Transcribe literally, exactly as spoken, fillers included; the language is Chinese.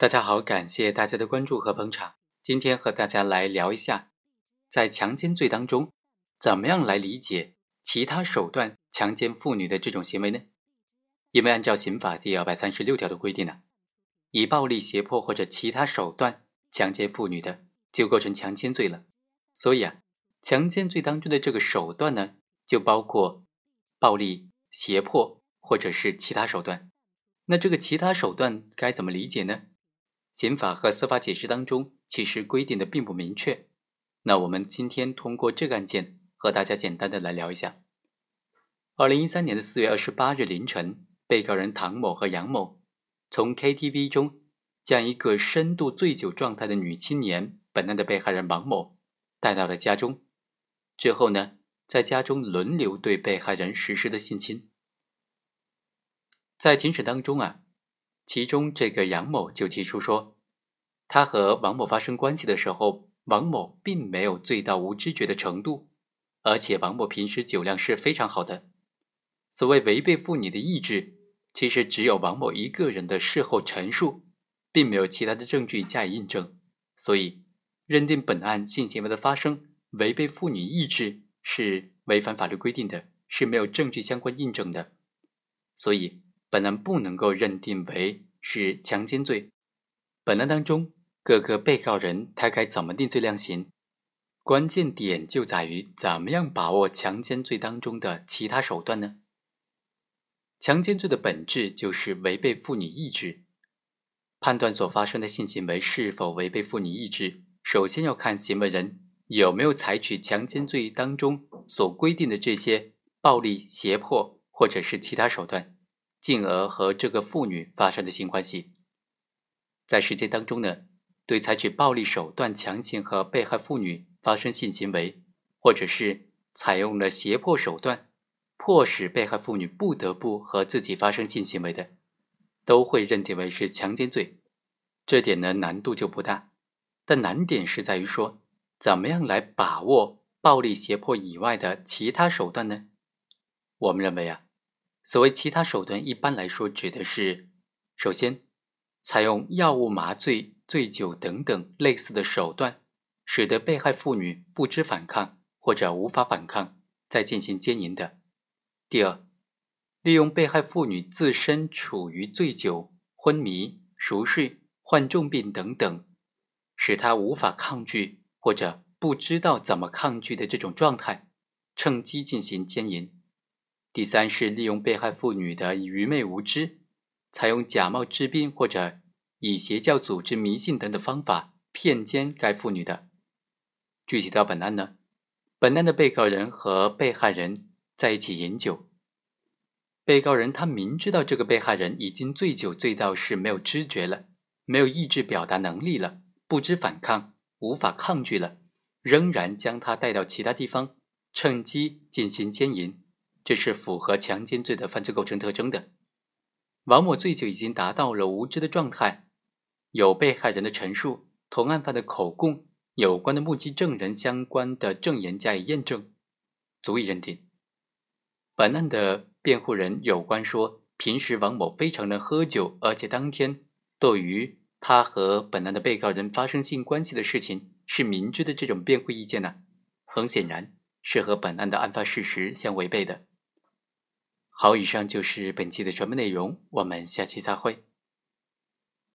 大家好，感谢大家的关注和捧场。今天和大家来聊一下，在强奸罪当中，怎么样来理解其他手段强奸妇女的这种行为呢？因为按照刑法第二百三十六条的规定呢，以暴力、胁迫或者其他手段强奸妇女的，就构成强奸罪了。所以啊，强奸罪当中的这个手段呢，就包括暴力、胁迫或者是其他手段。那这个其他手段该怎么理解呢？刑法和司法解释当中其实规定的并不明确。那我们今天通过这个案件和大家简单的来聊一下。二零一三年的四月二十八日凌晨，被告人唐某和杨某从 K T V 中将一个深度醉酒状态的女青年，本案的被害人王某带到了家中，之后呢，在家中轮流对被害人实施的性侵。在庭审当中啊，其中这个杨某就提出说，他和王某发生关系的时候，王某并没有醉到无知觉的程度，而且王某平时酒量是非常好的。所谓违背妇女的意志，其实只有王某一个人的事后陈述，并没有其他的证据加以印证，所以认定本案性行为的发生违背妇女意志是违反法律规定的，是没有证据相关印证的，所以本案不能够认定为是强奸罪。本案当中，各个被告人他该怎么定罪量刑？关键点就在于怎么样把握强奸罪当中的其他手段呢？强奸罪的本质就是违背妇女意志。判断所发生的性行为是否违背妇女意志，首先要看行为人有没有采取强奸罪当中所规定的这些暴力、胁迫或者是其他手段，进而和这个妇女发生的性关系。在实践当中呢，对采取暴力手段强行和被害妇女发生性行为，或者是采用了胁迫手段，迫使被害妇女不得不和自己发生性行为的，都会认定为是强奸罪。这点呢难度就不大，但难点是在于说，怎么样来把握暴力胁迫以外的其他手段呢？我们认为啊，所谓其他手段一般来说指的是，首先采用药物麻醉、醉酒等等类似的手段，使得被害妇女不知反抗或者无法反抗，再进行奸淫的。第二，利用被害妇女自身处于醉酒、昏迷、熟睡、患重病等等，使她无法抗拒或者不知道怎么抗拒的这种状态，趁机进行奸淫。第三是利用被害妇女的愚昧无知，采用假冒治病或者以邪教组织迷信等的方法骗奸该妇女的。具体到本案呢，本案的被告人和被害人在一起饮酒，被告人他明知道这个被害人已经醉酒醉到是没有知觉了，没有意志表达能力了，不知反抗，无法抗拒了，仍然将他带到其他地方，趁机进行奸淫，这是符合强奸罪的犯罪构成特征的。王某醉酒已经达到了无知的状态，有被害人的陈述、同案犯的口供、有关的目击证人相关的证言加以验证，足以认定。本案的辩护人有关说，平时王某非常能喝酒，而且当天对于他和本案的被告人发生性关系的事情是明知的这种辩护意见呢，很显然是和本案的案发事实相违背的。好，以上就是本期的全部内容，我们下期再会。